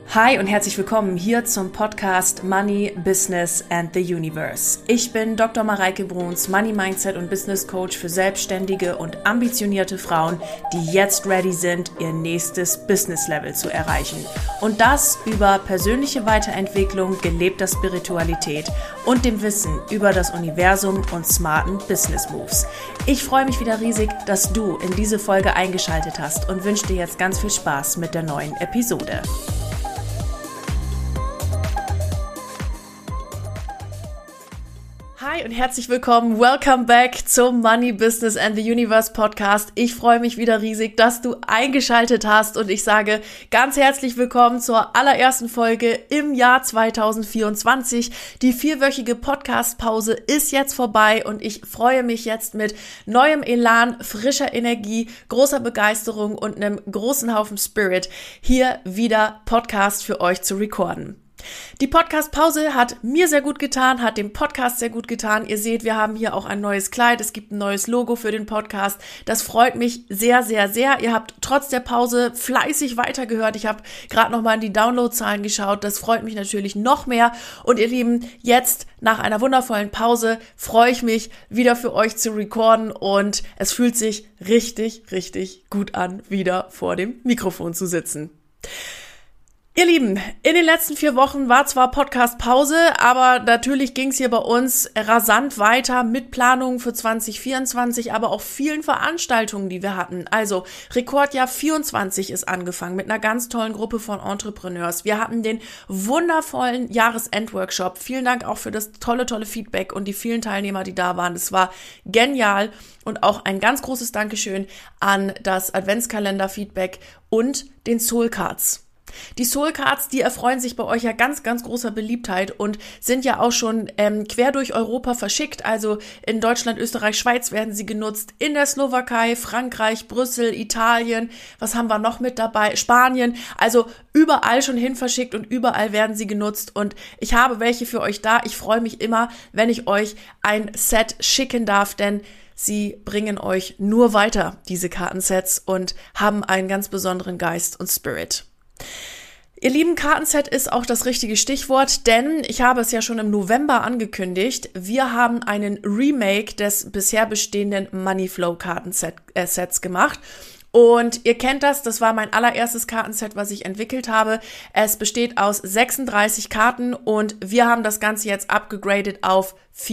Hi und herzlich willkommen hier zum Podcast Money, Business and the Universe. Ich bin Dr. Mareike Bruns, Money Mindset und Business Coach für selbstständige und ambitionierte Frauen, die jetzt ready sind, ihr nächstes Business Level zu erreichen. Und das über persönliche Weiterentwicklung, gelebter Spiritualität und dem Wissen über das Universum und smarten Business Moves. Ich freue mich wieder riesig, dass du in diese Folge eingeschaltet hast und wünsche dir jetzt ganz viel Spaß mit der neuen Episode. Hi und herzlich willkommen. Welcome back zum Money, Business and the Universe Podcast. Ich freue mich wieder riesig, dass du eingeschaltet hast und ich sage ganz herzlich willkommen zur allerersten Folge im Jahr 2024. Die 4-wöchige Podcast-Pause ist jetzt vorbei und ich freue mich jetzt mit neuem Elan, frischer Energie, großer Begeisterung und einem großen Haufen Spirit hier wieder Podcast für euch zu recorden. Die Podcast-Pause hat mir sehr gut getan, hat dem Podcast sehr gut getan. Ihr seht, wir haben hier auch ein neues Kleid, es gibt ein neues Logo für den Podcast. Das freut mich sehr, sehr, sehr. Ihr habt trotz der Pause fleißig weitergehört. Ich habe gerade nochmal in die Downloadzahlen geschaut. Das freut mich natürlich noch mehr. Und ihr Lieben, jetzt nach einer wundervollen Pause freue ich mich, wieder für euch zu recorden. Und es fühlt sich richtig, richtig gut an, wieder vor dem Mikrofon zu sitzen. Ihr Lieben, in den letzten 4 Wochen war zwar Podcast-Pause, aber natürlich ging es hier bei uns rasant weiter mit Planungen für 2024, aber auch vielen Veranstaltungen, die wir hatten. Also Rekordjahr 24 ist angefangen mit einer ganz tollen Gruppe von Entrepreneurs. Wir hatten den wundervollen Jahresendworkshop. Vielen Dank auch für das tolle Feedback und die vielen Teilnehmer, die da waren. Das war genial und auch ein ganz großes Dankeschön an das Adventskalender-Feedback und den Soul Cards. Die Soul Cards, die erfreuen sich bei euch ja ganz, ganz großer Beliebtheit und sind ja auch schon quer durch Europa verschickt. Also in Deutschland, Österreich, Schweiz werden sie genutzt, in der Slowakei, Frankreich, Brüssel, Italien, was haben wir noch mit dabei? Spanien, also überall schon hin verschickt und überall werden sie genutzt und ich habe welche für euch da. Ich freue mich immer, wenn ich euch ein Set schicken darf, denn sie bringen euch nur weiter, diese Kartensets, und haben einen ganz besonderen Geist und Spirit. Ihr lieben, Kartenset ist auch das richtige Stichwort, denn ich habe es ja schon im November angekündigt, wir haben einen Remake des bisher bestehenden Moneyflow Kartensets gemacht. Und ihr kennt das war mein allererstes Kartenset, was ich entwickelt habe. Es besteht aus 36 Karten und wir haben das Ganze jetzt upgegradet auf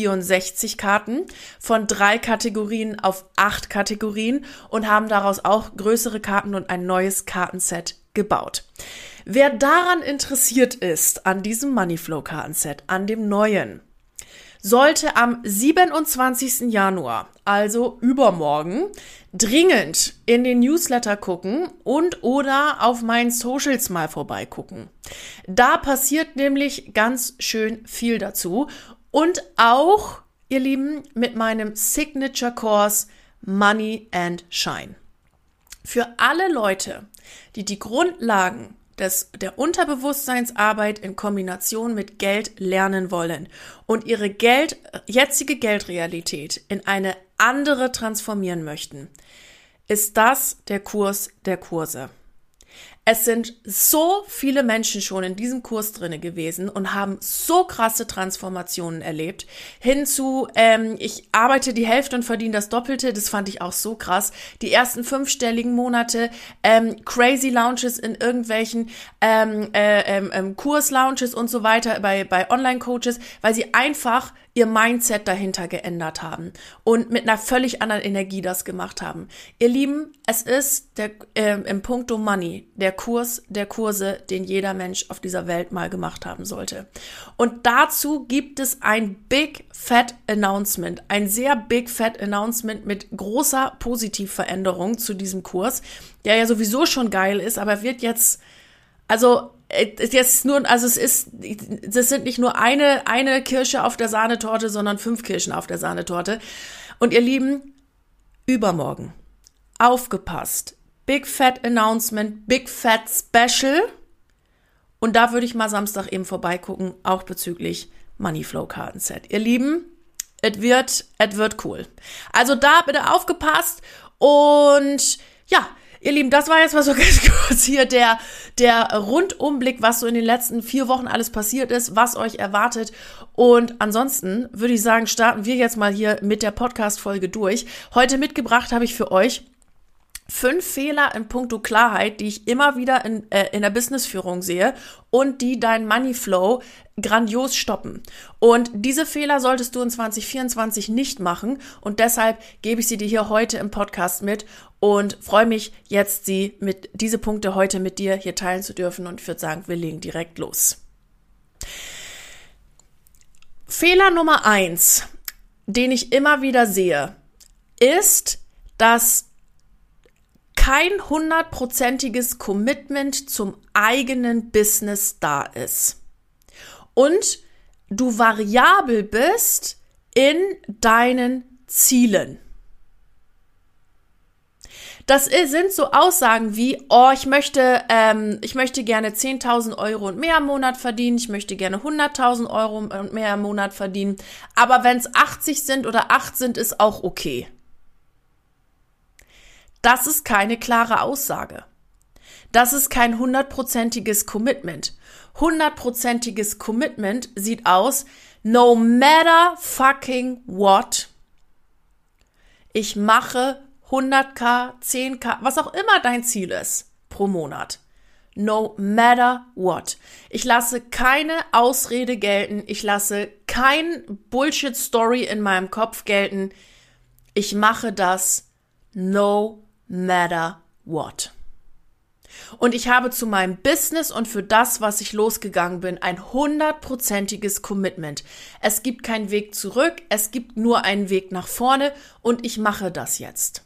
64 Karten, von 3 Kategorien auf 8 Kategorien und haben daraus auch größere Karten und ein neues Kartenset gebaut. Wer daran interessiert ist, an diesem Moneyflow-Kartenset, an dem neuen, sollte am 27. Januar, also übermorgen, dringend in den Newsletter gucken und oder auf meinen Socials mal vorbeigucken. Da passiert nämlich ganz schön viel dazu und auch, ihr Lieben, mit meinem Signature-Kurs Money and Shine. Für alle Leute, die die Grundlagen der Unterbewusstseinsarbeit in Kombination mit Geld lernen wollen und ihre jetzige Geldrealität in eine andere transformieren möchten, ist das der Kurs der Kurse. Es sind so viele Menschen schon in diesem Kurs drinne gewesen und haben so krasse Transformationen erlebt. Hinzu, ich arbeite die Hälfte und verdiene das Doppelte, das fand ich auch so krass. Die ersten 5-stelligen Monate, crazy Launches in irgendwelchen Kurs-Launches und so weiter bei Online-Coaches, weil sie einfach ihr Mindset dahinter geändert haben und mit einer völlig anderen Energie das gemacht haben. Ihr Lieben, es ist im Puncto Money der Kurs der Kurse, den jeder Mensch auf dieser Welt mal gemacht haben sollte. Und dazu gibt es ein Big Fat Announcement, ein sehr Big Fat Announcement mit großer Positivveränderung zu diesem Kurs, der ja sowieso schon geil ist, aber wird jetzt, das sind nicht nur eine Kirsche auf der Sahnetorte, sondern 5 Kirschen auf der Sahnetorte. Und ihr Lieben, übermorgen, aufgepasst, Big Fat Announcement, Big Fat Special. Und da würde ich mal Samstag eben vorbeigucken, auch bezüglich Moneyflow Kartenset. Ihr Lieben, es wird cool. Also da bitte aufgepasst und ja, Ihr Lieben, das war jetzt mal so ganz kurz hier der Rundumblick, was so in den letzten 4 Wochen alles passiert ist, was euch erwartet. Und ansonsten würde ich sagen, starten wir jetzt mal hier mit der Podcast-Folge durch. Heute mitgebracht habe ich für euch 5 Fehler in puncto Klarheit, die ich immer wieder in der Businessführung sehe und die deinen Moneyflow grandios stoppen. Und diese Fehler solltest du in 2024 nicht machen und deshalb gebe ich sie dir hier heute im Podcast mit und freue mich jetzt, diese Punkte heute mit dir hier teilen zu dürfen und ich würde sagen, wir legen direkt los. Fehler Nummer 1, den ich immer wieder sehe, ist, dass kein 100%iges Commitment zum eigenen Business da ist. Und du variabel bist in deinen Zielen. Das sind so Aussagen wie, ich möchte gerne 10.000 Euro und mehr im Monat verdienen, ich möchte gerne 100.000 Euro und mehr im Monat verdienen, aber wenn es 80 sind oder 8 sind, ist auch okay. Das ist keine klare Aussage. Das ist kein 100%iges Commitment. 100%iges Commitment sieht aus, no matter fucking what, ich mache 100.000, 10.000, was auch immer dein Ziel ist, pro Monat. No matter what. Ich lasse keine Ausrede gelten, ich lasse kein Bullshit-Story in meinem Kopf gelten. Ich mache das no matter what. Und ich habe zu meinem Business und für das, was ich losgegangen bin, ein 100%iges Commitment. Es gibt keinen Weg zurück, es gibt nur einen Weg nach vorne und ich mache das jetzt.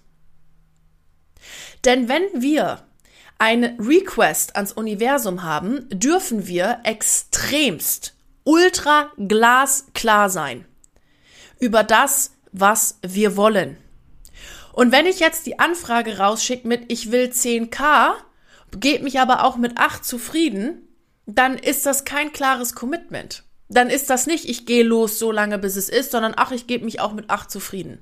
Denn wenn wir eine Request ans Universum haben, dürfen wir extremst ultra glasklar sein über das, was wir wollen. Und wenn ich jetzt die Anfrage rausschicke mit ich will 10.000, gebe mich aber auch mit 8 zufrieden, dann ist das kein klares Commitment. Dann ist das nicht, ich gehe los so lange bis es ist, sondern ich gebe mich auch mit 8 zufrieden.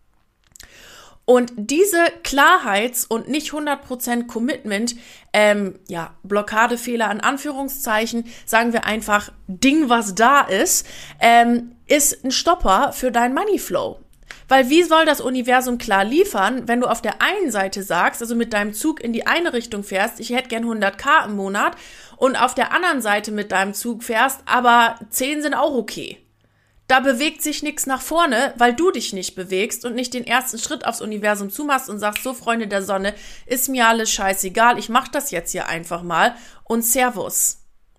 Und diese Klarheits- und nicht 100% Commitment, Blockadefehler in Anführungszeichen, sagen wir einfach Ding, was da ist ein Stopper für deinen Moneyflow. Weil wie soll das Universum klar liefern, wenn du auf der einen Seite sagst, also mit deinem Zug in die eine Richtung fährst, ich hätte gern 100.000 im Monat und auf der anderen Seite mit deinem Zug fährst, aber 10 sind auch okay. Da bewegt sich nichts nach vorne, weil du dich nicht bewegst und nicht den ersten Schritt aufs Universum zumachst und sagst, so Freunde der Sonne, ist mir alles scheißegal, ich mach das jetzt hier einfach mal und Servus.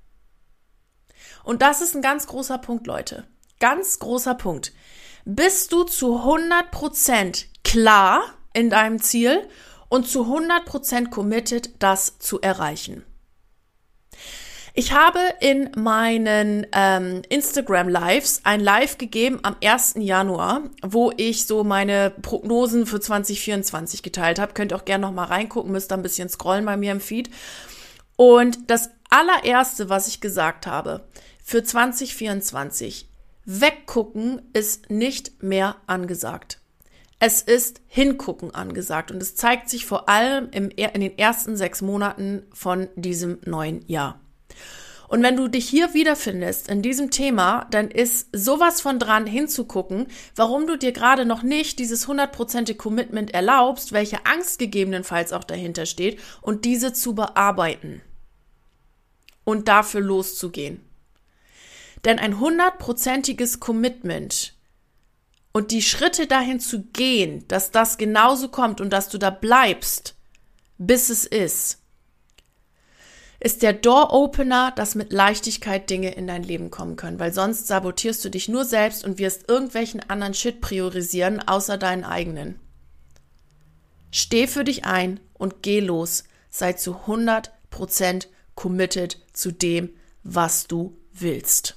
Und das ist ein ganz großer Punkt, Leute. Ganz großer Punkt. Bist du zu 100% klar in deinem Ziel und zu 100% committed, das zu erreichen? Ich habe in meinen Instagram-Lives ein Live gegeben am 1. Januar, wo ich so meine Prognosen für 2024 geteilt habe. Könnt ihr auch gerne noch mal reingucken, müsst da ein bisschen scrollen bei mir im Feed. Und das allererste, was ich gesagt habe, für 2024, weggucken ist nicht mehr angesagt. Es ist hingucken angesagt und es zeigt sich vor allem in den ersten 6 Monaten von diesem neuen Jahr. Und wenn du dich hier wiederfindest in diesem Thema, dann ist sowas von dran hinzugucken, warum du dir gerade noch nicht dieses 100% Commitment erlaubst, welche Angst gegebenenfalls auch dahinter steht und diese zu bearbeiten und dafür loszugehen. Denn ein 100%iges Commitment und die Schritte dahin zu gehen, dass das genauso kommt und dass du da bleibst, bis es ist der Door-Opener, dass mit Leichtigkeit Dinge in dein Leben kommen können, weil sonst sabotierst du dich nur selbst und wirst irgendwelchen anderen Shit priorisieren, außer deinen eigenen. Steh für dich ein und geh los. Sei zu 100% committed zu dem, was du willst.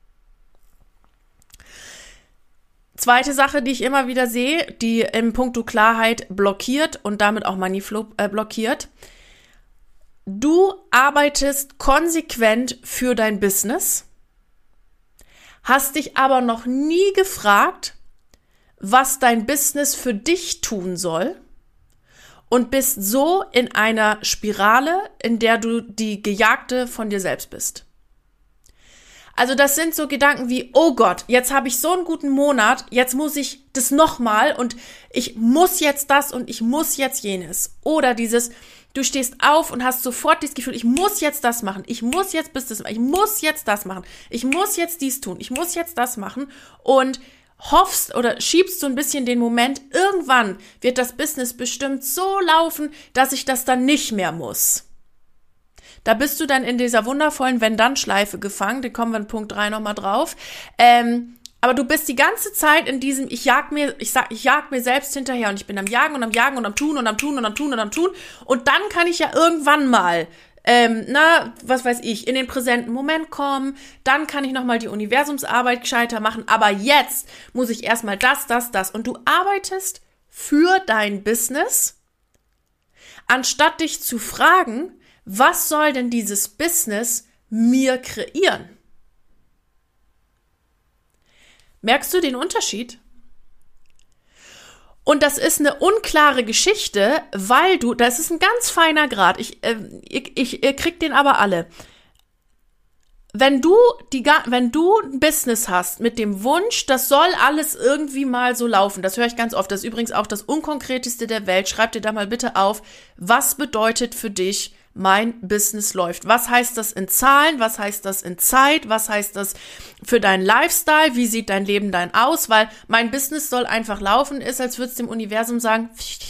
Zweite Sache, die ich immer wieder sehe, die im Punkto Klarheit blockiert und damit auch Moneyflow blockiert. Du arbeitest konsequent für dein Business, hast dich aber noch nie gefragt, was dein Business für dich tun soll und bist so in einer Spirale, in der du die Gejagte von dir selbst bist. Also das sind so Gedanken wie, oh Gott, jetzt habe ich so einen guten Monat, jetzt muss ich das nochmal und ich muss jetzt das und ich muss jetzt jenes. Oder dieses, du stehst auf und hast sofort dieses Gefühl, ich muss jetzt das machen, ich muss jetzt Business machen, ich muss jetzt das machen, ich muss jetzt dies tun, ich muss jetzt das machen und hoffst oder schiebst so ein bisschen den Moment, irgendwann wird das Business bestimmt so laufen, dass ich das dann nicht mehr muss. Da bist du dann in dieser wundervollen Wenn-Dann-Schleife gefangen, da kommen wir in Punkt 3 nochmal drauf. Aber du bist die ganze Zeit in diesem, ich jag mir selbst hinterher und ich bin am Jagen und am Jagen und am Tun und am Tun und am Tun und am Tun und dann kann ich ja irgendwann mal, was weiß ich, in den präsenten Moment kommen, dann kann ich nochmal die Universumsarbeit gescheiter machen, aber jetzt muss ich erstmal das und du arbeitest für dein Business, anstatt dich zu fragen, was soll denn dieses Business mir kreieren? Merkst du den Unterschied? Und das ist eine unklare Geschichte, weil das ist ein ganz feiner Grad, ich krieg den aber alle. Wenn du ein Business hast mit dem Wunsch, das soll alles irgendwie mal so laufen, das höre ich ganz oft, das ist übrigens auch das Unkonkreteste der Welt, schreib dir da mal bitte auf, was bedeutet für dich, mein Business läuft. Was heißt das in Zahlen? Was heißt das in Zeit? Was heißt das für deinen Lifestyle? Wie sieht dein Leben dann aus? Weil mein Business soll einfach laufen, ist, als würde es dem Universum sagen,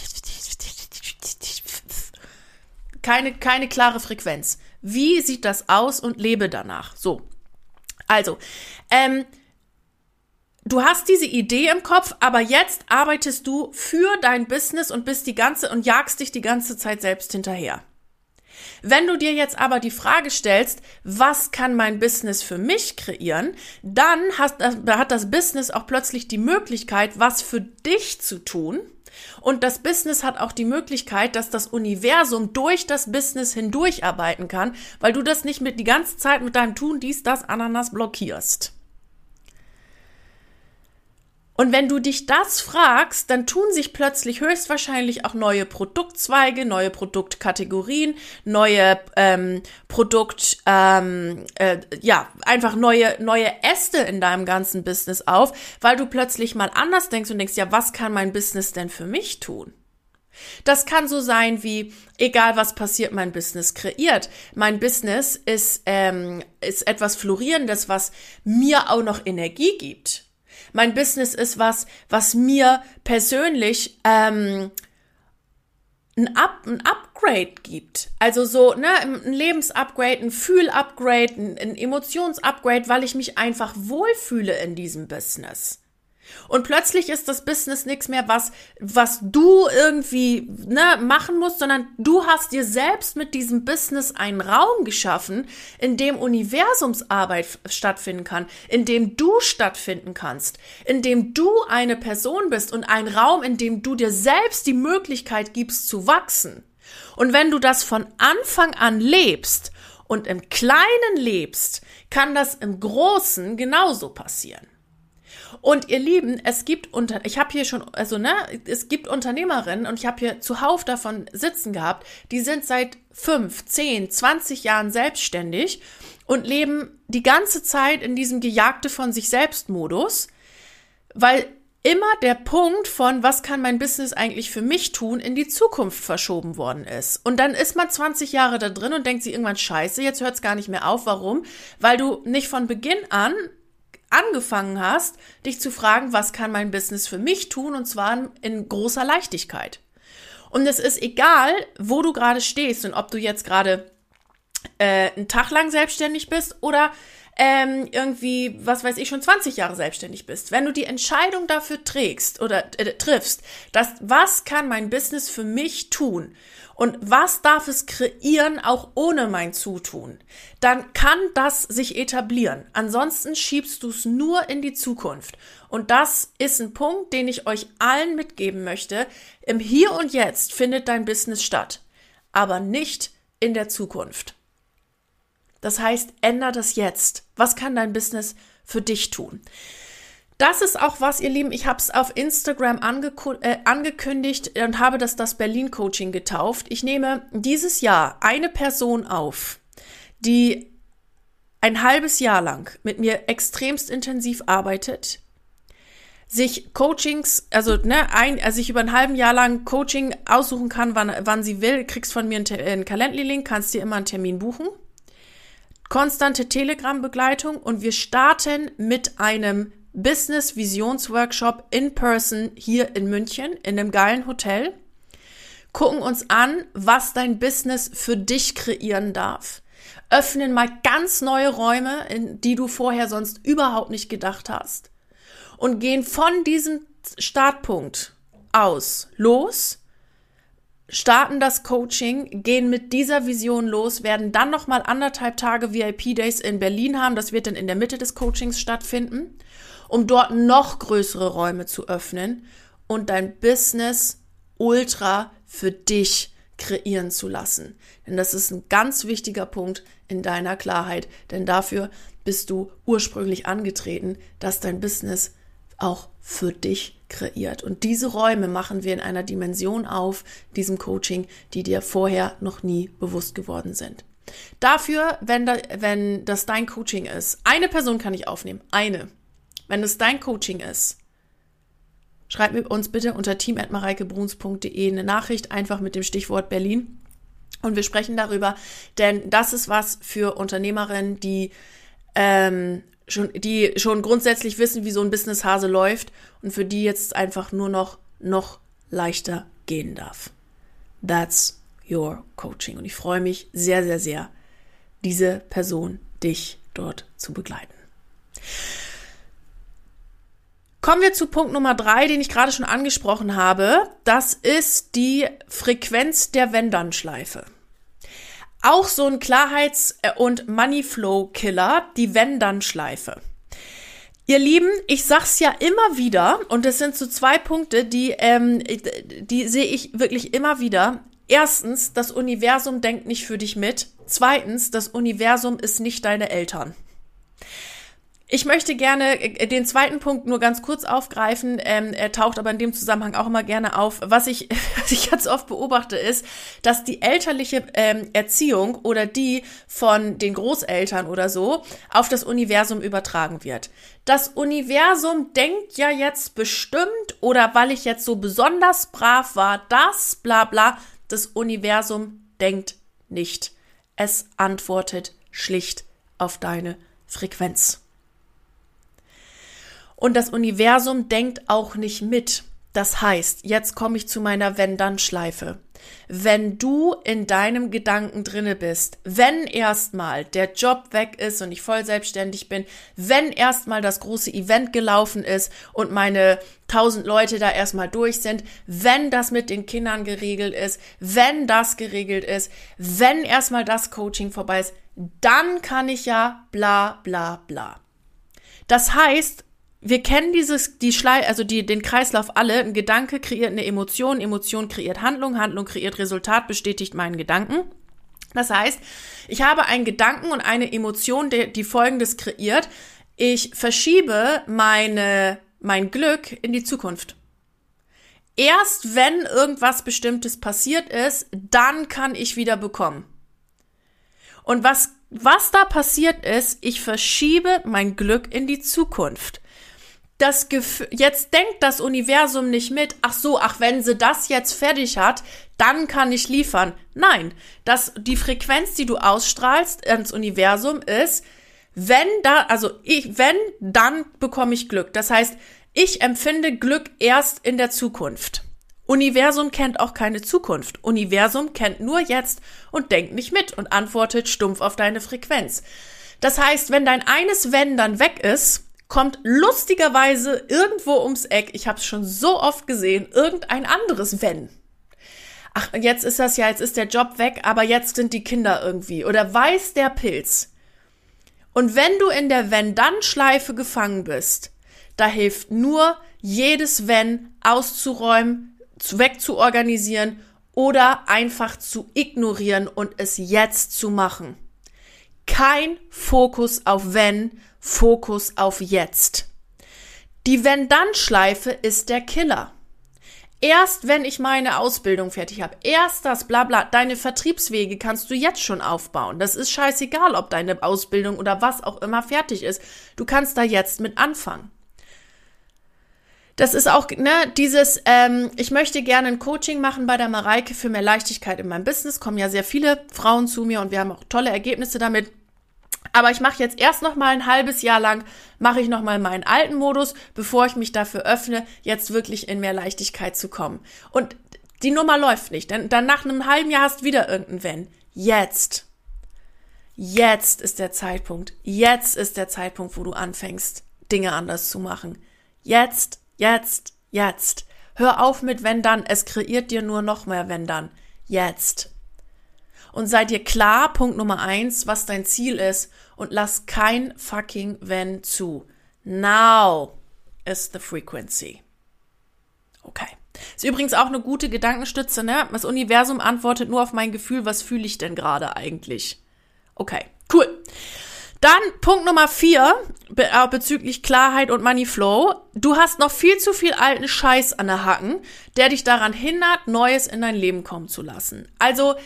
keine klare Frequenz. Wie sieht das aus und lebe danach? So, also, du hast diese Idee im Kopf, aber jetzt arbeitest du für dein Business und jagst dich die ganze Zeit selbst hinterher. Wenn du dir jetzt aber die Frage stellst, was kann mein Business für mich kreieren, dann hat das Business auch plötzlich die Möglichkeit, was für dich zu tun. Und das Business hat auch die Möglichkeit, dass das Universum durch das Business hindurcharbeiten kann, weil du das nicht die ganze Zeit mit deinem Tun, dies, das, Ananas blockierst. Und wenn du dich das fragst, dann tun sich plötzlich höchstwahrscheinlich auch neue Produktzweige, neue Produktkategorien, neue einfach neue Äste in deinem ganzen Business auf, weil du plötzlich mal anders denkst und denkst, ja, was kann mein Business denn für mich tun? Das kann so sein wie, egal was passiert, mein Business kreiert. Mein Business ist etwas Florierendes, was mir auch noch Energie gibt. Mein Business ist was mir persönlich ein Upgrade gibt. Also so, ein Lebensupgrade, ein Fühlupgrade, ein Emotionsupgrade, weil ich mich einfach wohlfühle in diesem Business. Und plötzlich ist das Business nichts mehr, was du irgendwie machen musst, sondern du hast dir selbst mit diesem Business einen Raum geschaffen, in dem Universumsarbeit stattfinden kann, in dem du stattfinden kannst, in dem du eine Person bist und ein Raum, in dem du dir selbst die Möglichkeit gibst zu wachsen. Und wenn du das von Anfang an lebst und im Kleinen lebst, kann das im Großen genauso passieren. Und ihr Lieben, es gibt Unternehmerinnen und ich habe hier zuhauf davon sitzen gehabt, die sind seit 5, 10, 20 Jahren selbstständig und leben die ganze Zeit in diesem Gejagte von sich selbst Modus, weil immer der Punkt von, was kann mein Business eigentlich für mich tun, in die Zukunft verschoben worden ist. Und dann ist man 20 Jahre da drin und denkt sich irgendwann, scheiße, jetzt hört es gar nicht mehr auf. Warum? Weil du nicht von Beginn an angefangen hast, dich zu fragen, was kann mein Business für mich tun, und zwar in großer Leichtigkeit. Und es ist egal, wo du gerade stehst und ob du jetzt gerade einen Tag lang selbstständig bist oder irgendwie, was weiß ich, schon 20 Jahre selbstständig bist. Wenn du die Entscheidung dafür triffst, was kann mein Business für mich tun und was darf es kreieren, auch ohne mein Zutun, dann kann das sich etablieren. Ansonsten schiebst du es nur in die Zukunft. Und das ist ein Punkt, den ich euch allen mitgeben möchte. Im Hier und Jetzt findet dein Business statt, aber nicht in der Zukunft. Das heißt, ändere das jetzt. Was kann dein Business für dich tun? Das ist auch was, ihr Lieben, ich habe es auf Instagram angekündigt und habe das Berlin-Coaching getauft. Ich nehme dieses Jahr eine Person auf, die ein halbes Jahr lang mit mir extremst intensiv arbeitet, sich Coachings, sich über ein halben Jahr lang Coaching aussuchen kann, wann sie will, kriegst von mir einen Calendly-Link, kannst dir immer einen Termin buchen, konstante Telegram-Begleitung und wir starten mit einem Business-Visionsworkshop in person hier in München, in einem geilen Hotel, gucken uns an, was dein Business für dich kreieren darf, öffnen mal ganz neue Räume, in die du vorher sonst überhaupt nicht gedacht hast und gehen von diesem Startpunkt aus los, starten das Coaching, gehen mit dieser Vision los, werden dann nochmal 1,5 Tage VIP-Days in Berlin haben, das wird dann in der Mitte des Coachings stattfinden, um dort noch größere Räume zu öffnen und dein Business ultra für dich kreieren zu lassen. Denn das ist ein ganz wichtiger Punkt in deiner Klarheit, denn dafür bist du ursprünglich angetreten, dass dein Business auch für dich kreiert. Und diese Räume machen wir in einer Dimension auf, diesem Coaching, die dir vorher noch nie bewusst geworden sind. Dafür, wenn das dein Coaching ist, eine Person kann ich aufnehmen, eine. Wenn es dein Coaching ist, schreib mir uns bitte unter team@mareikebruns.de eine Nachricht, einfach mit dem Stichwort Berlin. Und wir sprechen darüber, denn das ist was für Unternehmerinnen, die schon grundsätzlich wissen, wie so ein Businesshase läuft und für die jetzt einfach nur noch leichter gehen darf. That's your coaching. Und ich freue mich sehr, sehr, sehr, diese Person, dich dort zu begleiten. Kommen wir zu Punkt Nummer 3, den ich gerade schon angesprochen habe. Das ist die Frequenz der Wenn-Dann-Schleife. Auch so ein Klarheits- und Moneyflow-Killer, die Wenn-Dann-Schleife. Ihr Lieben, ich sag's ja immer wieder, und das sind so 2 Punkte, die sehe ich wirklich immer wieder. Erstens, das Universum denkt nicht für dich mit. Zweitens, das Universum ist nicht deine Eltern. Ich möchte gerne den zweiten Punkt nur ganz kurz aufgreifen. Er taucht aber in dem Zusammenhang auch immer gerne auf. Was ich ganz oft beobachte, ist, dass die elterliche Erziehung oder die von den Großeltern oder so auf das Universum übertragen wird. Das Universum denkt ja jetzt bestimmt, oder weil ich jetzt so besonders brav war, das bla bla. Das Universum denkt nicht. Es antwortet schlicht auf deine Frequenz. Und das Universum denkt auch nicht mit. Das heißt, jetzt komme ich zu meiner Wenn-Dann-Schleife. Wenn du in deinem Gedanken drinne bist, wenn erstmal der Job weg ist und ich voll selbstständig bin, wenn erstmal das große Event gelaufen ist und meine 1000 Leute da erstmal durch sind, wenn das mit den Kindern geregelt ist, wenn das geregelt ist, wenn erstmal das Coaching vorbei ist, dann kann ich ja bla bla bla. Das heißt, wir kennen den Kreislauf alle. Ein Gedanke kreiert eine Emotion, Emotion kreiert Handlung, Handlung kreiert Resultat, bestätigt meinen Gedanken. Das heißt, ich habe einen Gedanken und eine Emotion, die Folgendes kreiert. Ich verschiebe mein Glück in die Zukunft. Erst wenn irgendwas Bestimmtes passiert ist, dann kann ich wieder bekommen. Und was da passiert ist, ich verschiebe mein Glück in die Zukunft. Das Gefühl, jetzt denkt das Universum nicht mit, wenn sie das jetzt fertig hat, dann kann ich liefern. Nein, die Frequenz, die du ausstrahlst ans Universum ist, dann bekomme ich Glück. Das heißt, ich empfinde Glück erst in der Zukunft. Universum kennt auch keine Zukunft. Universum kennt nur jetzt und denkt nicht mit und antwortet stumpf auf deine Frequenz. Das heißt, wenn dein eines Wenn dann weg ist, kommt lustigerweise irgendwo ums Eck, ich habe es schon so oft gesehen, irgendein anderes Wenn. Ach, jetzt ist der Job weg, aber jetzt sind die Kinder irgendwie. Oder weiß der Pilz. Und wenn du in der Wenn-Dann-Schleife gefangen bist, da hilft nur, jedes Wenn auszuräumen, wegzuorganisieren oder einfach zu ignorieren und es jetzt zu machen. Kein Fokus auf Wenn, Fokus auf Jetzt. Die Wenn-Dann-Schleife ist der Killer. Erst wenn ich meine Ausbildung fertig habe, erst das Blabla, deine Vertriebswege kannst du jetzt schon aufbauen. Das ist scheißegal, ob deine Ausbildung oder was auch immer fertig ist. Du kannst da jetzt mit anfangen. Das ist auch, dieses, ich möchte gerne ein Coaching machen bei der Mareike für mehr Leichtigkeit in meinem Business. Kommen ja sehr viele Frauen zu mir und wir haben auch tolle Ergebnisse damit. Aber ich mache jetzt erst noch mal ein halbes Jahr lang, mache ich noch mal meinen alten Modus, bevor ich mich dafür öffne, jetzt wirklich in mehr Leichtigkeit zu kommen. Und die Nummer läuft nicht, denn dann nach einem halben Jahr hast du wieder irgendein Wenn. Jetzt ist der Zeitpunkt. Jetzt ist der Zeitpunkt, wo du anfängst, Dinge anders zu machen. Jetzt. Hör auf mit Wenn dann. Es kreiert dir nur noch mehr Wenn dann. Jetzt. Und sei dir klar, Punkt Nummer 1, was dein Ziel ist und lass kein fucking Wenn zu. Now is the frequency. Okay. Ist übrigens auch eine gute Gedankenstütze, ne? Das Universum antwortet nur auf mein Gefühl, was fühle ich denn gerade eigentlich? Okay, cool. Dann Punkt Nummer 4 bezüglich Klarheit und Moneyflow. Du hast noch viel zu viel alten Scheiß an der Hacken, der dich daran hindert, Neues in dein Leben kommen zu lassen. Also,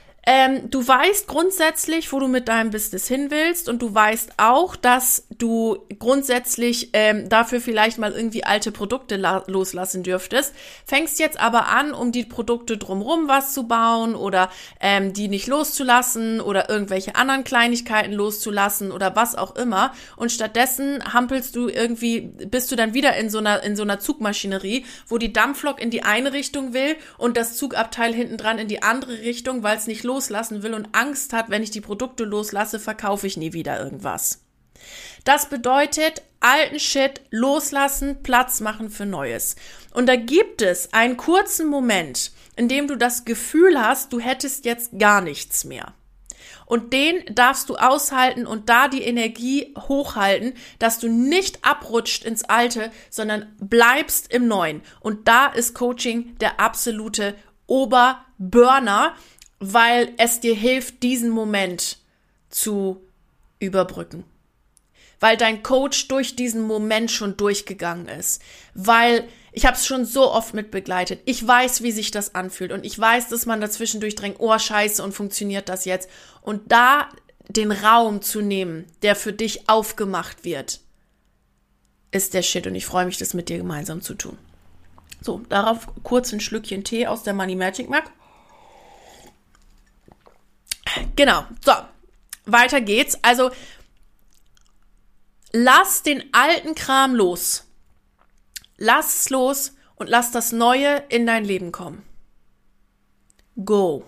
du weißt grundsätzlich, wo du mit deinem Business hin willst und du weißt auch, dass du grundsätzlich dafür vielleicht mal irgendwie alte Produkte loslassen dürftest. Fängst jetzt aber an, um die Produkte drumherum was zu bauen oder die nicht loszulassen oder irgendwelche anderen Kleinigkeiten loszulassen oder was auch immer. Und stattdessen bist du dann wieder in so einer Zugmaschinerie, wo die Dampflok in die eine Richtung will und das Zugabteil hinten dran in die andere Richtung, weil es nicht loslassen will und Angst hat, wenn ich die Produkte loslasse, verkaufe ich nie wieder irgendwas. Das bedeutet, alten Shit loslassen, Platz machen für Neues. Und da gibt es einen kurzen Moment, in dem du das Gefühl hast, du hättest jetzt gar nichts mehr. Und den darfst du aushalten und da die Energie hochhalten, dass du nicht abrutscht ins Alte, sondern bleibst im Neuen. Und da ist Coaching der absolute Oberburner, weil es dir hilft, diesen Moment zu überbrücken. Weil dein Coach durch diesen Moment schon durchgegangen ist. Weil ich habe es schon so oft mit begleitet. Ich weiß, wie sich das anfühlt. Und ich weiß, dass man dazwischen durchdrängt, oh scheiße, und funktioniert das jetzt? Und da den Raum zu nehmen, der für dich aufgemacht wird, ist der Shit. Und ich freue mich, das mit dir gemeinsam zu tun. So, darauf kurz ein Schlückchen Tee aus der Money Magic Mug. Genau, so, weiter geht's. Also, lass den alten Kram los. Lass es los und lass das Neue in dein Leben kommen. Go.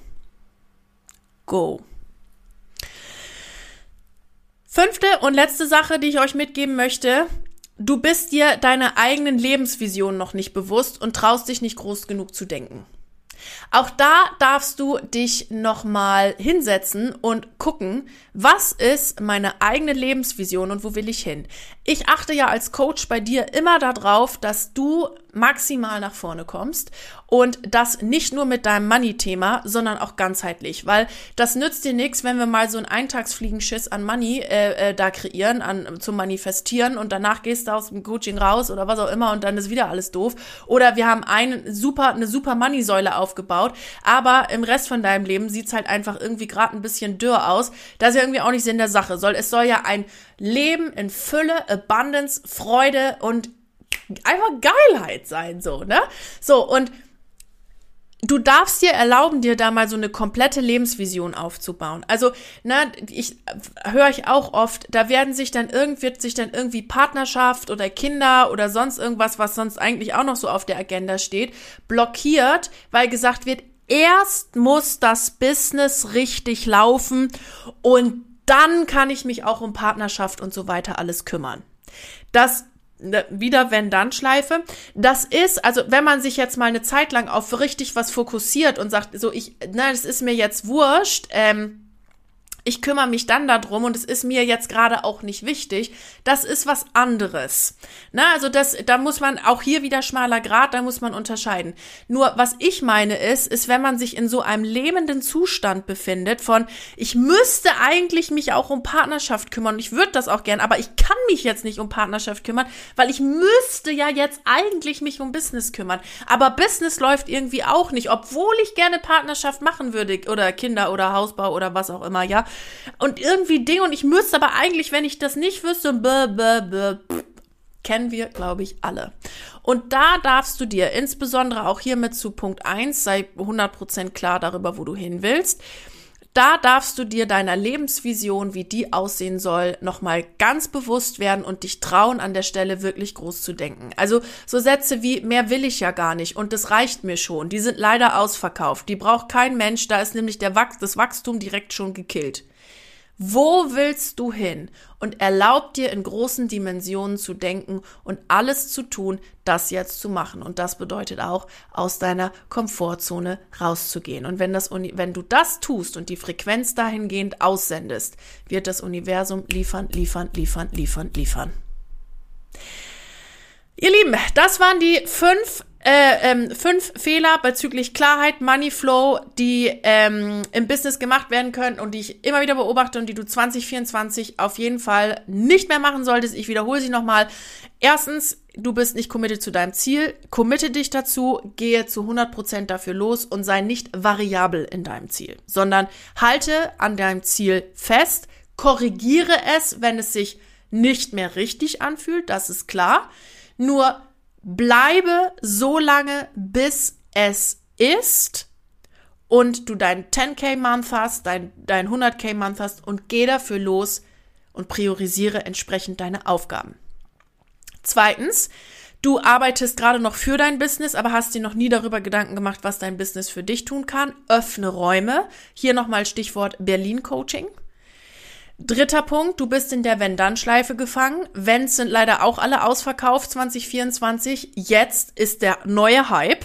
5. und letzte Sache, die ich euch mitgeben möchte. Du bist dir deiner eigenen Lebensvision noch nicht bewusst und traust dich nicht groß genug zu denken. Auch da darfst du dich nochmal hinsetzen und gucken, was ist meine eigene Lebensvision und wo will ich hin? Ich achte ja als Coach bei dir immer darauf, dass du maximal nach vorne kommst und das nicht nur mit deinem Money-Thema, sondern auch ganzheitlich, weil das nützt dir nichts, wenn wir mal so einen Eintagsfliegenschiss an Money da kreieren, zum Manifestieren und danach gehst du aus dem Coaching raus oder was auch immer und dann ist wieder alles doof. Oder wir haben eine super Money-Säule aufgebaut, aber im Rest von deinem Leben sieht's halt einfach irgendwie gerade ein bisschen dürr aus. Das ist ja irgendwie auch nicht Sinn der Sache. Es soll ja ein Leben in Fülle, Abundance, Freude und einfach Geilheit sein, so, ne? So, und du darfst dir erlauben, dir da mal so eine komplette Lebensvision aufzubauen. Also, ne, höre ich auch oft, da wird sich dann irgendwie Partnerschaft oder Kinder oder sonst irgendwas, was sonst eigentlich auch noch so auf der Agenda steht, blockiert, weil gesagt wird, erst muss das Business richtig laufen und dann kann ich mich auch um Partnerschaft und so weiter alles kümmern. Das wieder Wenn-Dann-Schleife. Das ist, also wenn man sich jetzt mal eine Zeit lang auf richtig was fokussiert und sagt, so das ist mir jetzt wurscht, ich kümmere mich dann darum und es ist mir jetzt gerade auch nicht wichtig, das ist was anderes. Na, also da muss man auch hier wieder schmaler Grat, da muss man unterscheiden. Nur was ich meine ist, wenn man sich in so einem lähmenden Zustand befindet von, ich müsste eigentlich mich auch um Partnerschaft kümmern und ich würde das auch gern, aber ich kann mich jetzt nicht um Partnerschaft kümmern, weil ich müsste ja jetzt eigentlich mich um Business kümmern. Aber Business läuft irgendwie auch nicht, obwohl ich gerne Partnerschaft machen würde oder Kinder oder Hausbau oder was auch immer, ja. Und irgendwie und ich müsste aber eigentlich, wenn ich das nicht wüsste, kennen wir, glaube ich, alle. Und da darfst du dir, insbesondere auch hiermit zu Punkt 1, sei 100% klar darüber, wo du hin willst, da darfst du dir deiner Lebensvision, wie die aussehen soll, nochmal ganz bewusst werden und dich trauen, an der Stelle wirklich groß zu denken. Also so Sätze wie, mehr will ich ja gar nicht und das reicht mir schon, die sind leider ausverkauft, die braucht kein Mensch, da ist nämlich das Wachstum direkt schon gekillt. Wo willst du hin? Und erlaub dir in großen Dimensionen zu denken und alles zu tun, das jetzt zu machen. Und das bedeutet auch, aus deiner Komfortzone rauszugehen. Und wenn du das tust und die Frequenz dahingehend aussendest, wird das Universum liefern. Ihr Lieben, das waren die 5 Fehler bezüglich Klarheit, Money Flow, die im Business gemacht werden können und die ich immer wieder beobachte und die du 2024 auf jeden Fall nicht mehr machen solltest. Ich wiederhole sie nochmal. Erstens, du bist nicht committed zu deinem Ziel. Committe dich dazu, gehe zu 100% dafür los und sei nicht variabel in deinem Ziel, sondern halte an deinem Ziel fest, korrigiere es, wenn es sich nicht mehr richtig anfühlt, das ist klar. Nur bleibe so lange, bis es ist und du dein 10K-Month hast, dein 100K-Month hast und geh dafür los und priorisiere entsprechend deine Aufgaben. Zweitens, du arbeitest gerade noch für dein Business, aber hast dir noch nie darüber Gedanken gemacht, was dein Business für dich tun kann. Öffne Räume. Hier nochmal Stichwort Berlin-Coaching. Dritter Punkt, du bist in der Wenn-Dann-Schleife gefangen. Wenns sind leider auch alle ausverkauft 2024. Jetzt ist der neue Hype.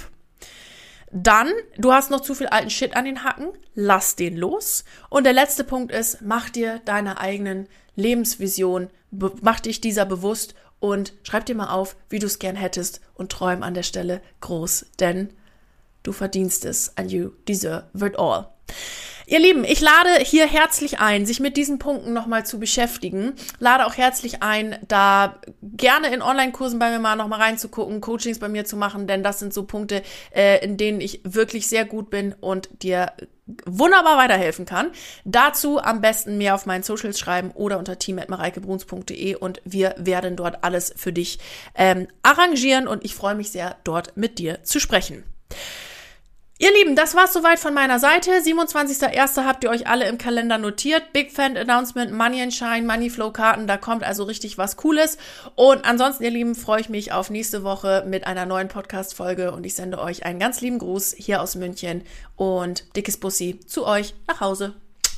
Dann, du hast noch zu viel alten Shit an den Hacken. Lass den los. Und der letzte Punkt ist, mach dir deine eigenen Lebensvision, mach dich dieser bewusst und schreib dir mal auf, wie du es gern hättest und träum an der Stelle groß, denn du verdienst es and you deserve it all. Ihr Lieben, ich lade hier herzlich ein, sich mit diesen Punkten nochmal zu beschäftigen. Lade auch herzlich ein, da gerne in Online-Kursen bei mir mal nochmal reinzugucken, Coachings bei mir zu machen, denn das sind so Punkte, in denen ich wirklich sehr gut bin und dir wunderbar weiterhelfen kann. Dazu am besten mehr auf meinen Socials schreiben oder unter team@mareikebruns.de und wir werden dort alles für dich arrangieren und ich freue mich sehr, dort mit dir zu sprechen. Ihr Lieben, das war's soweit von meiner Seite. 27.01. habt ihr euch alle im Kalender notiert. Big Fan Announcement, Money and Shine, Money Flow Karten, da kommt also richtig was Cooles. Und ansonsten, ihr Lieben, freue ich mich auf nächste Woche mit einer neuen Podcast-Folge und ich sende euch einen ganz lieben Gruß hier aus München und dickes Bussi zu euch nach Hause.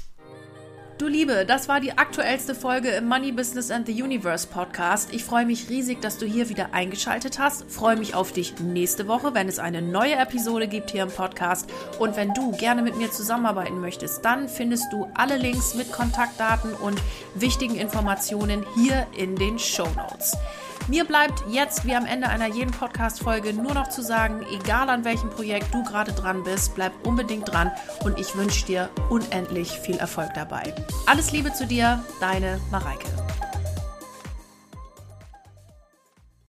Du Liebe, das war die aktuellste Folge im Money Business and the Universe Podcast. Ich freue mich riesig, dass du hier wieder eingeschaltet hast. Freue mich auf dich nächste Woche, wenn es eine neue Episode gibt hier im Podcast. Und wenn du gerne mit mir zusammenarbeiten möchtest, dann findest du alle Links mit Kontaktdaten und wichtigen Informationen hier in den Shownotes. Mir bleibt jetzt, wie am Ende einer jeden Podcast-Folge, nur noch zu sagen, egal an welchem Projekt du gerade dran bist, bleib unbedingt dran und ich wünsche dir unendlich viel Erfolg dabei. Alles Liebe zu dir, deine Mareike.